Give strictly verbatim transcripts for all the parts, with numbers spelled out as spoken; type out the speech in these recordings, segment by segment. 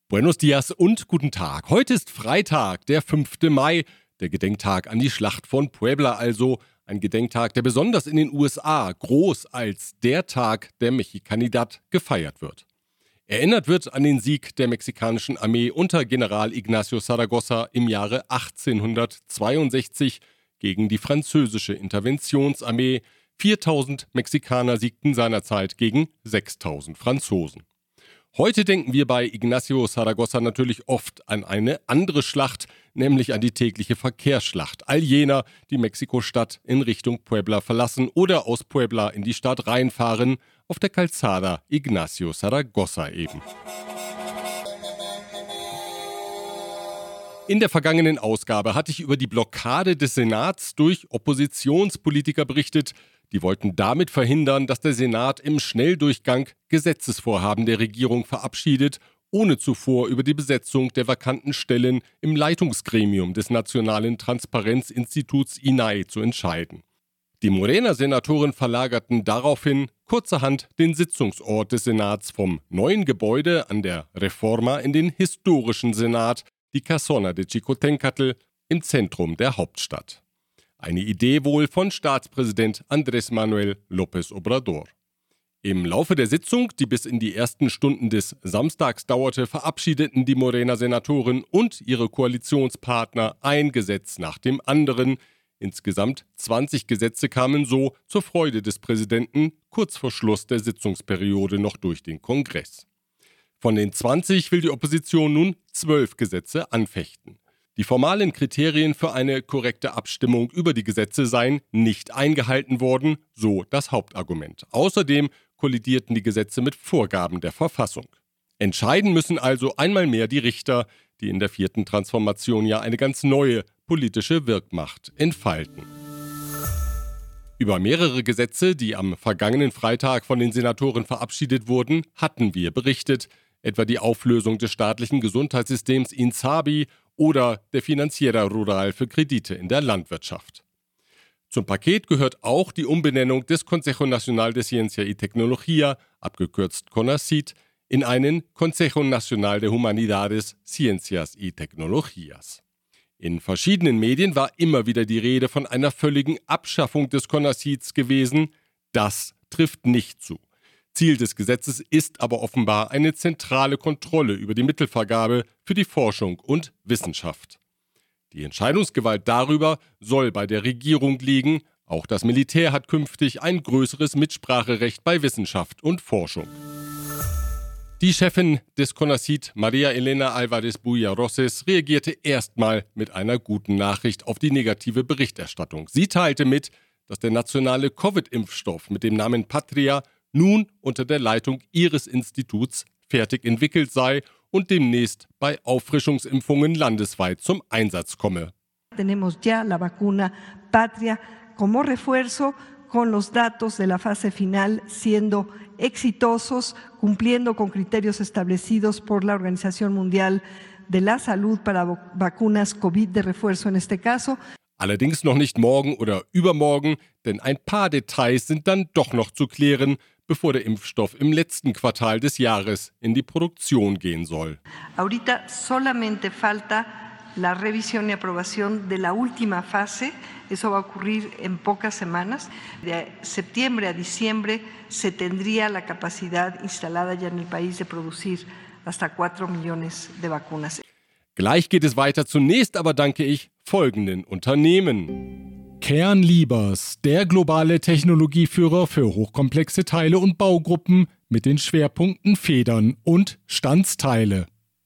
Buenos dias und guten Tag. Heute ist Freitag, der fünfte Mai, der Gedenktag an die Schlacht von Puebla, also ein Gedenktag, der besonders in den U S A groß als der Tag der Mexicanidad gefeiert wird. Erinnert wird an den Sieg der mexikanischen Armee unter General Ignacio Zaragoza im Jahre achtzehnhundertzweiundsechzig gegen die französische Interventionsarmee. viertausend Mexikaner siegten seinerzeit gegen sechstausend Franzosen. Heute denken wir bei Ignacio Zaragoza natürlich oft an eine andere Schlacht, nämlich an die tägliche Verkehrsschlacht. All jener, die Mexiko-Stadt in Richtung Puebla verlassen oder aus Puebla in die Stadt reinfahren, auf der Calzada Ignacio Zaragoza eben. In der vergangenen Ausgabe hatte ich über die Blockade des Senats durch Oppositionspolitiker berichtet. Die wollten damit verhindern, dass der Senat im Schnelldurchgang Gesetzesvorhaben der Regierung verabschiedet, ohne zuvor über die Besetzung der vakanten Stellen im Leitungsgremium des Nationalen Transparenzinstituts I N A I zu entscheiden. Die Morena-Senatoren verlagerten daraufhin kurzerhand den Sitzungsort des Senats vom neuen Gebäude an der Reforma in den historischen Senat, die Casona de Xicoténcatl, im Zentrum der Hauptstadt. Eine Idee wohl von Staatspräsident Andrés Manuel López Obrador. Im Laufe der Sitzung, die bis in die ersten Stunden des Samstags dauerte, verabschiedeten die Morena-Senatoren und ihre Koalitionspartner ein Gesetz nach dem anderen. Insgesamt zwanzig Gesetze kamen so zur Freude des Präsidenten kurz vor Schluss der Sitzungsperiode noch durch den Kongress. Von den zwanzig will die Opposition nun zwölf Gesetze anfechten. Die formalen Kriterien für eine korrekte Abstimmung über die Gesetze seien nicht eingehalten worden, so das Hauptargument. Außerdem kollidierten die Gesetze mit Vorgaben der Verfassung. Entscheiden müssen also einmal mehr die Richter, die in der vierten Transformation ja eine ganz neue politische Wirkmacht entfalten. Über mehrere Gesetze, die am vergangenen Freitag von den Senatoren verabschiedet wurden, hatten wir berichtet, etwa die Auflösung des staatlichen Gesundheitssystems INSABI oder der Financiera Rural für Kredite in der Landwirtschaft. Zum Paket gehört auch die Umbenennung des Consejo Nacional de Ciencia y Tecnología, abgekürzt CONACYT, in einen Consejo Nacional de Humanidades, Ciencias y Tecnologías. In verschiedenen Medien war immer wieder die Rede von einer völligen Abschaffung des CONACYTs gewesen. Das trifft nicht zu. Ziel des Gesetzes ist aber offenbar eine zentrale Kontrolle über die Mittelvergabe für die Forschung und Wissenschaft. Die Entscheidungsgewalt darüber soll bei der Regierung liegen. Auch das Militär hat künftig ein größeres Mitspracherecht bei Wissenschaft und Forschung. Die Chefin des CONACYT, María Elena Álvarez Bulla-Rosses, reagierte erstmal mit einer guten Nachricht auf die negative Berichterstattung. Sie teilte mit, dass der nationale Covid-Impfstoff mit dem Namen Patria nun unter der Leitung ihres Instituts fertig entwickelt sei und demnächst bei Auffrischungsimpfungen landesweit zum Einsatz komme. Tenemos ya la vacuna Patria como refuerzo con los datos de la fase final siendo exitosos, cumpliendo con criterios establecidos por la Organización Mundial de la Salud para vacunas COVID de refuerzo en este caso. Allerdings noch nicht morgen oder übermorgen, denn ein paar Details sind dann doch noch zu klären, bevor der Impfstoff im letzten Quartal des Jahres in die Produktion gehen soll. Ahorita solamente falta la revisión y aprobación de la última fase. Eso va a ocurrir en pocas semanas. De septiembre a diciembre se tendría la capacidad instalada ya en el país de producir hasta cuatro millones de vacunas. Gleich geht es weiter. Zunächst aber danke ich folgenden Unternehmen. Kernliebers, der globale Technologieführer für hochkomplexe Teile und Baugruppen mit den Schwerpunkten Federn und Standsteile.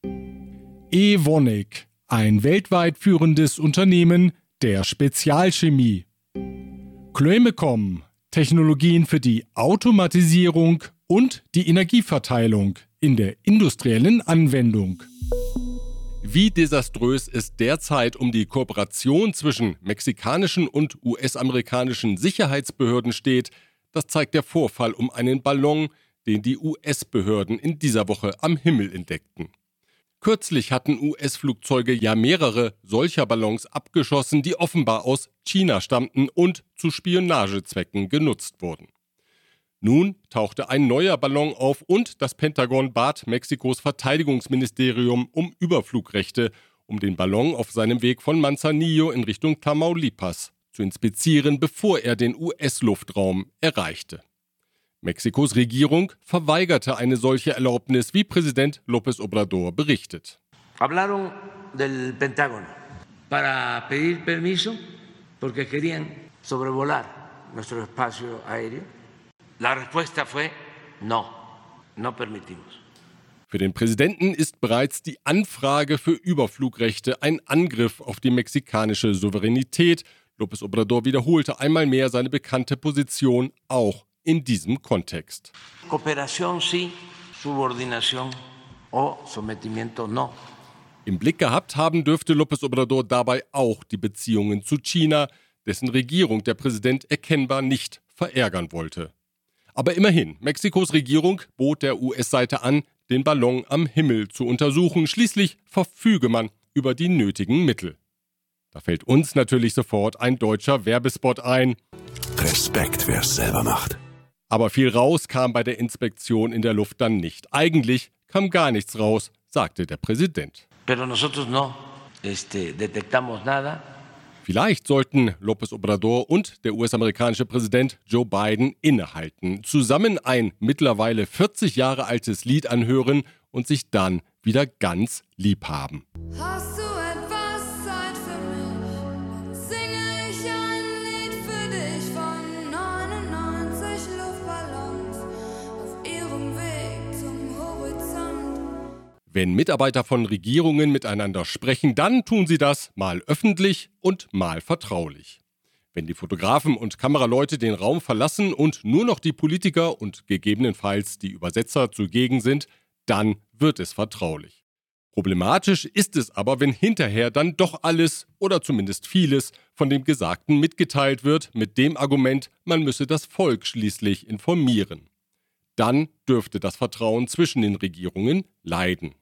Evonik, ein weltweit führendes Unternehmen der Spezialchemie. Chloemecom, Technologien für die Automatisierung und die Energieverteilung in der industriellen Anwendung. Wie desaströs es derzeit um die Kooperation zwischen mexikanischen und U S-amerikanischen Sicherheitsbehörden steht, das zeigt der Vorfall um einen Ballon, den die U S-Behörden in dieser Woche am Himmel entdeckten. Kürzlich hatten U S-Flugzeuge ja mehrere solcher Ballons abgeschossen, die offenbar aus China stammten und zu Spionagezwecken genutzt wurden. Nun tauchte ein neuer Ballon auf und das Pentagon bat Mexikos Verteidigungsministerium um Überflugrechte, um den Ballon auf seinem Weg von Manzanillo in Richtung Tamaulipas zu inspizieren, bevor er den U S-Luftraum erreichte. Mexikos Regierung verweigerte eine solche Erlaubnis, wie Präsident López Obrador berichtet. Hablaron del Pentágono para pedir permiso porque querían sobrevolar nuestro espacio aéreo. La respuesta fue no, no permitimos. Für den Präsidenten ist bereits die Anfrage für Überflugrechte ein Angriff auf die mexikanische Souveränität. López Obrador wiederholte einmal mehr seine bekannte Position, auch in diesem Kontext. Cooperación sí, subordinación o sometimiento no. Im Blick gehabt haben dürfte López Obrador dabei auch die Beziehungen zu China, dessen Regierung der Präsident erkennbar nicht verärgern wollte. Aber immerhin, Mexikos Regierung bot der U S-Seite an, den Ballon am Himmel zu untersuchen. Schließlich verfüge man über die nötigen Mittel. Da fällt uns natürlich sofort ein deutscher Werbespot ein. Respekt, wer es selber macht. Aber viel raus kam bei der Inspektion in der Luft dann nicht. Eigentlich kam gar nichts raus, sagte der Präsident. Pero nosotros no este, detectamos nada. Vielleicht sollten López Obrador und der U S-amerikanische Präsident Joe Biden innehalten, zusammen ein mittlerweile vierzig Jahre altes Lied anhören und sich dann wieder ganz lieb haben. Hast du etwas Zeit für mich? Singe ich ein Lied für dich von neunundneunzig Luftballons auf ihrem Weg zum Horizont. Wenn Mitarbeiter von Regierungen miteinander sprechen, dann tun sie das mal öffentlich und mal vertraulich. Wenn die Fotografen und Kameraleute den Raum verlassen und nur noch die Politiker und gegebenenfalls die Übersetzer zugegen sind, dann wird es vertraulich. Problematisch ist es aber, wenn hinterher dann doch alles oder zumindest vieles von dem Gesagten mitgeteilt wird, mit dem Argument, man müsse das Volk schließlich informieren. Dann dürfte das Vertrauen zwischen den Regierungen leiden.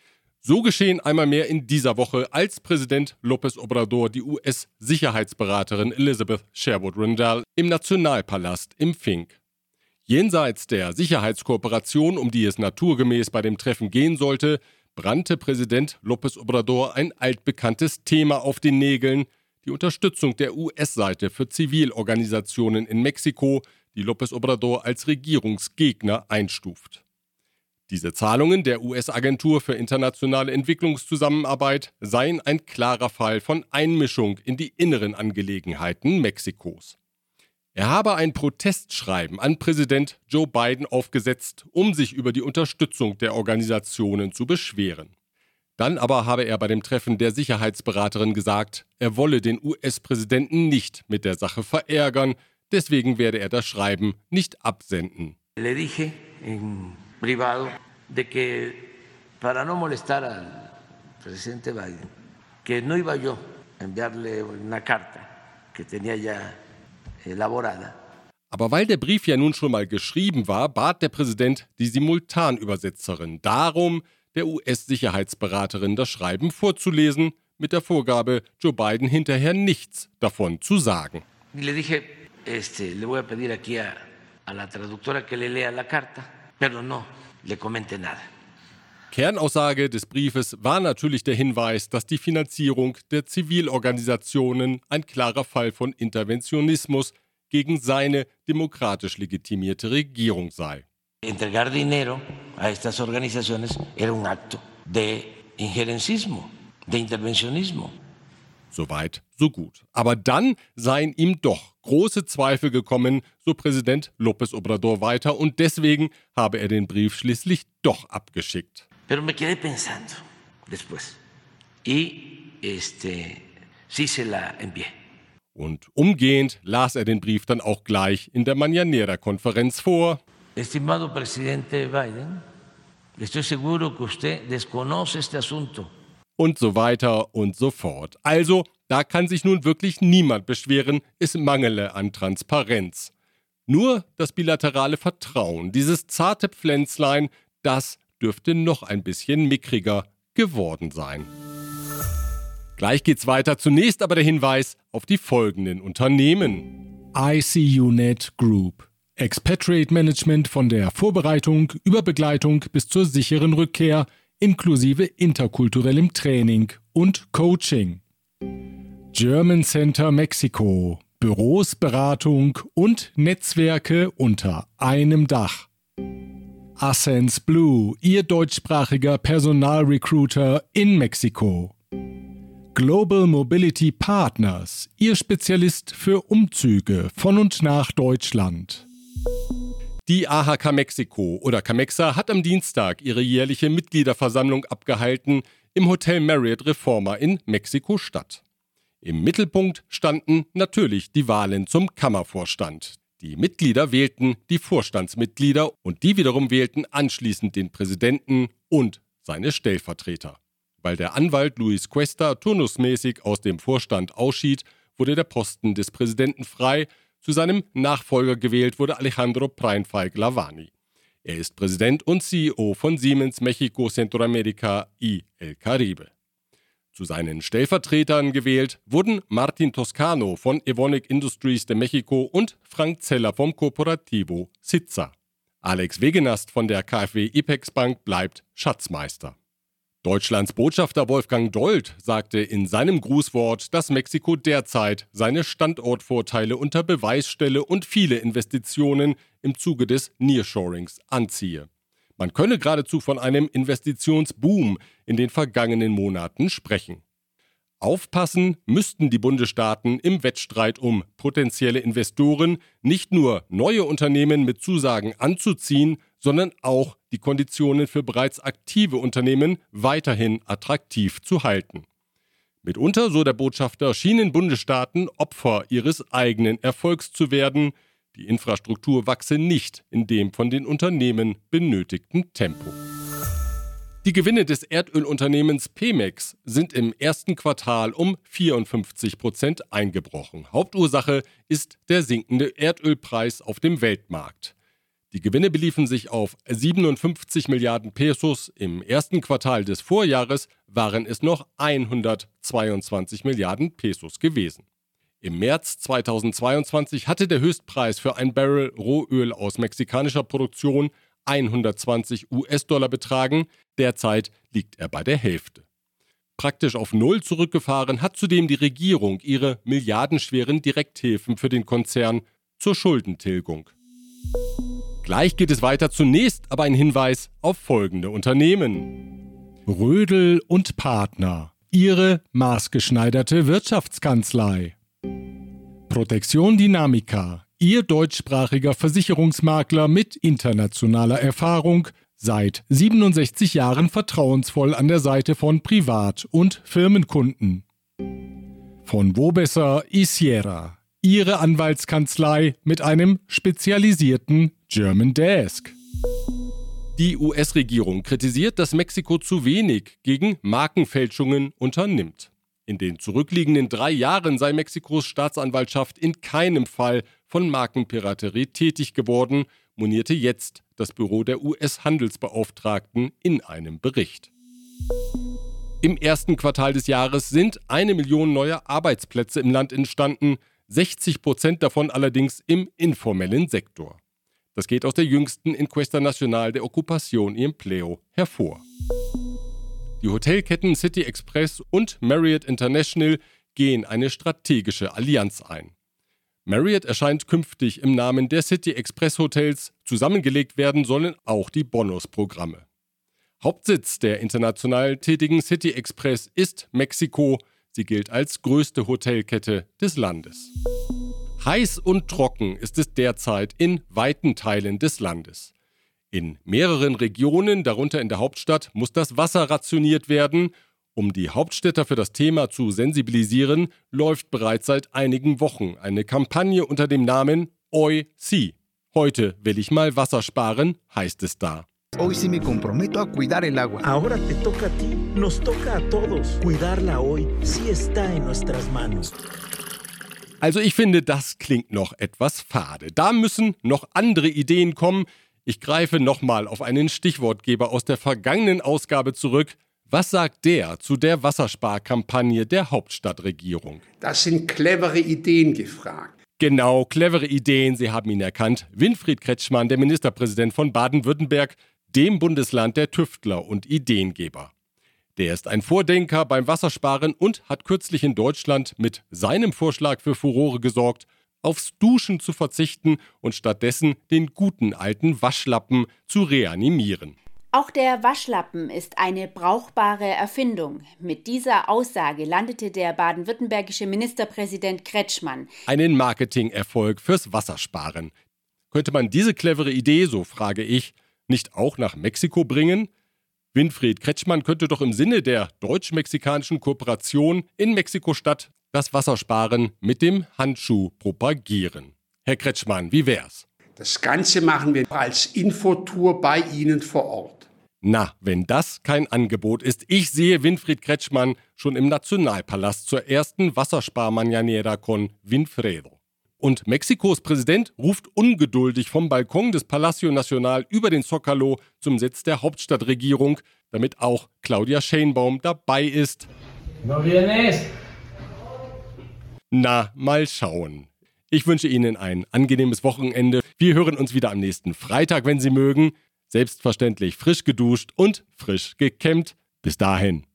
So geschehen einmal mehr in dieser Woche, als Präsident López Obrador die U S-Sicherheitsberaterin Elizabeth Sherwood Randall im Nationalpalast empfing. Jenseits der Sicherheitskooperation, um die es naturgemäß bei dem Treffen gehen sollte, brannte Präsident López Obrador ein altbekanntes Thema auf den Nägeln, die Unterstützung der U S-Seite für Zivilorganisationen in Mexiko, die López Obrador als Regierungsgegner einstuft. Diese Zahlungen der U S-Agentur für internationale Entwicklungszusammenarbeit seien ein klarer Fall von Einmischung in die inneren Angelegenheiten Mexikos. Er habe ein Protestschreiben an Präsident Joe Biden aufgesetzt, um sich über die Unterstützung der Organisationen zu beschweren. Dann aber habe er bei dem Treffen der Sicherheitsberaterin gesagt, er wolle den U S-Präsidenten nicht mit der Sache verärgern, deswegen werde er das Schreiben nicht absenden. Le dije en privado de que para no molestar al presidente Biden, que no iba yo a enviarle una carta que tenía ya elaborada. Aber weil der Brief ja nun schon mal geschrieben war, bat der Präsident die Simultanübersetzerin darum, der U S-Sicherheitsberaterin das Schreiben vorzulesen, mit der Vorgabe, Joe Biden hinterher nichts davon zu sagen. Le dije, este, le voy a pedir aquí a, a la traductora que le lea la carta, pero no le comente nada. Kernaussage des Briefes war natürlich der Hinweis, dass die Finanzierung der Zivilorganisationen ein klarer Fall von Interventionismus gegen seine demokratisch legitimierte Regierung sei. Entregar dinero a estas organizaciones era un acto de injerencismo, de intervencionismo. Soweit, so gut. Aber dann seien ihm doch große Zweifel gekommen, so Präsident López Obrador weiter, und deswegen habe er den Brief schließlich doch abgeschickt. Pero me quedé pensando después y este, sí se la envié. Und umgehend las er den Brief dann auch gleich in der Mañanera-Konferenz vor. Estimado presidente Biden, estoy seguro que usted desconoce este asunto. Und so weiter und so fort. Also, da kann sich nun wirklich niemand beschweren, es mangele an Transparenz. Nur das bilaterale Vertrauen, dieses zarte Pflänzlein, das dürfte noch ein bisschen mickriger geworden sein. Gleich geht's weiter, zunächst aber der Hinweis auf die folgenden Unternehmen. I C U Net Group. Expatriate Management von der Vorbereitung über Begleitung bis zur sicheren Rückkehr, inklusive interkulturellem Training und Coaching. German Center Mexiko, Büros, Beratung und Netzwerke unter einem Dach. Ascens Blue, Ihr deutschsprachiger Personalrecruiter in Mexiko. Global Mobility Partners, Ihr Spezialist für Umzüge von und nach Deutschland. Die A H K Mexiko oder Camexa hat am Dienstag ihre jährliche Mitgliederversammlung abgehalten im Hotel Marriott Reforma in Mexiko-Stadt. Im Mittelpunkt standen natürlich die Wahlen zum Kammervorstand. Die Mitglieder wählten die Vorstandsmitglieder und die wiederum wählten anschließend den Präsidenten und seine Stellvertreter. Weil der Anwalt Luis Cuesta turnusmäßig aus dem Vorstand ausschied, wurde der Posten des Präsidenten frei. Zu seinem Nachfolger gewählt wurde Alejandro Preinfalk Lavani. Er ist Präsident und C E O von Siemens Mexico Centroamérica y El Caribe. Zu seinen Stellvertretern gewählt wurden Martin Toscano von Evonik Industries de Mexico und Frank Zeller vom Corporativo Sitza. Alex Wegenast von der KfW Ipex Bank bleibt Schatzmeister. Deutschlands Botschafter Wolfgang Dold sagte in seinem Grußwort, dass Mexiko derzeit seine Standortvorteile unter Beweis stelle und viele Investitionen im Zuge des Nearshorings anziehe. Man könne geradezu von einem Investitionsboom in den vergangenen Monaten sprechen. Aufpassen müssten die Bundesstaaten im Wettstreit um potenzielle Investoren, nicht nur neue Unternehmen mit Zusagen anzuziehen, sondern auch die Konditionen für bereits aktive Unternehmen weiterhin attraktiv zu halten. Mitunter, so der Botschafter, schienen Bundesstaaten Opfer ihres eigenen Erfolgs zu werden. Die Infrastruktur wachse nicht in dem von den Unternehmen benötigten Tempo. Die Gewinne des Erdölunternehmens Pemex sind im ersten Quartal um vierundfünfzig Prozent eingebrochen. Hauptursache ist der sinkende Erdölpreis auf dem Weltmarkt. Die Gewinne beliefen sich auf siebenundfünfzig Milliarden Pesos. Im ersten Quartal des Vorjahres waren es noch hundertzweiundzwanzig Milliarden Pesos gewesen. Im März zweitausendzweiundzwanzig hatte der Höchstpreis für ein Barrel Rohöl aus mexikanischer Produktion hundertzwanzig US-Dollar betragen. Derzeit liegt er bei der Hälfte. Praktisch auf Null zurückgefahren hat zudem die Regierung ihre milliardenschweren Direkthilfen für den Konzern zur Schuldentilgung. Gleich geht es weiter, zunächst aber ein Hinweis auf folgende Unternehmen. Rödel und Partner, Ihre maßgeschneiderte Wirtschaftskanzlei. Protection Dynamica, Ihr deutschsprachiger Versicherungsmakler mit internationaler Erfahrung, seit siebenundsechzig Jahren vertrauensvoll an der Seite von Privat- und Firmenkunden. Von Wobesser y Sierra, Ihre Anwaltskanzlei mit einem spezialisierten German Desk. Die U S-Regierung kritisiert, dass Mexiko zu wenig gegen Markenfälschungen unternimmt. In den zurückliegenden drei Jahren sei Mexikos Staatsanwaltschaft in keinem Fall von Markenpiraterie tätig geworden, monierte jetzt das Büro der U S-Handelsbeauftragten in einem Bericht. Im ersten Quartal des Jahres sind eine Million neue Arbeitsplätze im Land entstanden, sechzig Prozent davon allerdings im informellen Sektor. Das geht aus der jüngsten Encuesta Nacional de Ocupación y Empleo hervor. Die Hotelketten City Express und Marriott International gehen eine strategische Allianz ein. Marriott erscheint künftig im Namen der City Express Hotels, zusammengelegt werden sollen auch die Bonusprogramme. Hauptsitz der international tätigen City Express ist Mexiko. Sie gilt als größte Hotelkette des Landes. Heiß und trocken ist es derzeit in weiten Teilen des Landes. In mehreren Regionen, darunter in der Hauptstadt, muss das Wasser rationiert werden. Um die Hauptstädter für das Thema zu sensibilisieren, läuft bereits seit einigen Wochen eine Kampagne unter dem Namen Hoy Sí. Heute will ich mal Wasser sparen, heißt es da. Hoy sí me comprometo a cuidar el agua. Ahora te toca a ti, nos toca a todos. Cuidarla hoy sí está en nuestras manos. Also ich finde, das klingt noch etwas fade. Da müssen noch andere Ideen kommen. Ich greife nochmal auf einen Stichwortgeber aus der vergangenen Ausgabe zurück. Was sagt der zu der Wassersparkampagne der Hauptstadtregierung? Da sind clevere Ideen gefragt. Genau, clevere Ideen, Sie haben ihn erkannt. Winfried Kretschmann, der Ministerpräsident von Baden-Württemberg, dem Bundesland der Tüftler und Ideengeber. Der ist ein Vordenker beim Wassersparen und hat kürzlich in Deutschland mit seinem Vorschlag für Furore gesorgt, aufs Duschen zu verzichten und stattdessen den guten alten Waschlappen zu reanimieren. Auch der Waschlappen ist eine brauchbare Erfindung. Mit dieser Aussage landete der baden-württembergische Ministerpräsident Kretschmann einen Marketingerfolg fürs Wassersparen. Könnte man diese clevere Idee, so frage ich, nicht auch nach Mexiko bringen? Winfried Kretschmann könnte doch im Sinne der deutsch-mexikanischen Kooperation in Mexiko-Stadt das Wassersparen mit dem Handschuh propagieren. Herr Kretschmann, wie wär's? Das Ganze machen wir als Infotour bei Ihnen vor Ort. Na, wenn das kein Angebot ist. Ich sehe Winfried Kretschmann schon im Nationalpalast zur ersten Wasserspar-Mañanera con Winfredo. Und Mexikos Präsident ruft ungeduldig vom Balkon des Palacio Nacional über den Zócalo zum Sitz der Hauptstadtregierung, damit auch Claudia Sheinbaum dabei ist. No vienes. Na, mal schauen. Ich wünsche Ihnen ein angenehmes Wochenende. Wir hören uns wieder am nächsten Freitag, wenn Sie mögen. Selbstverständlich frisch geduscht und frisch gekämmt. Bis dahin.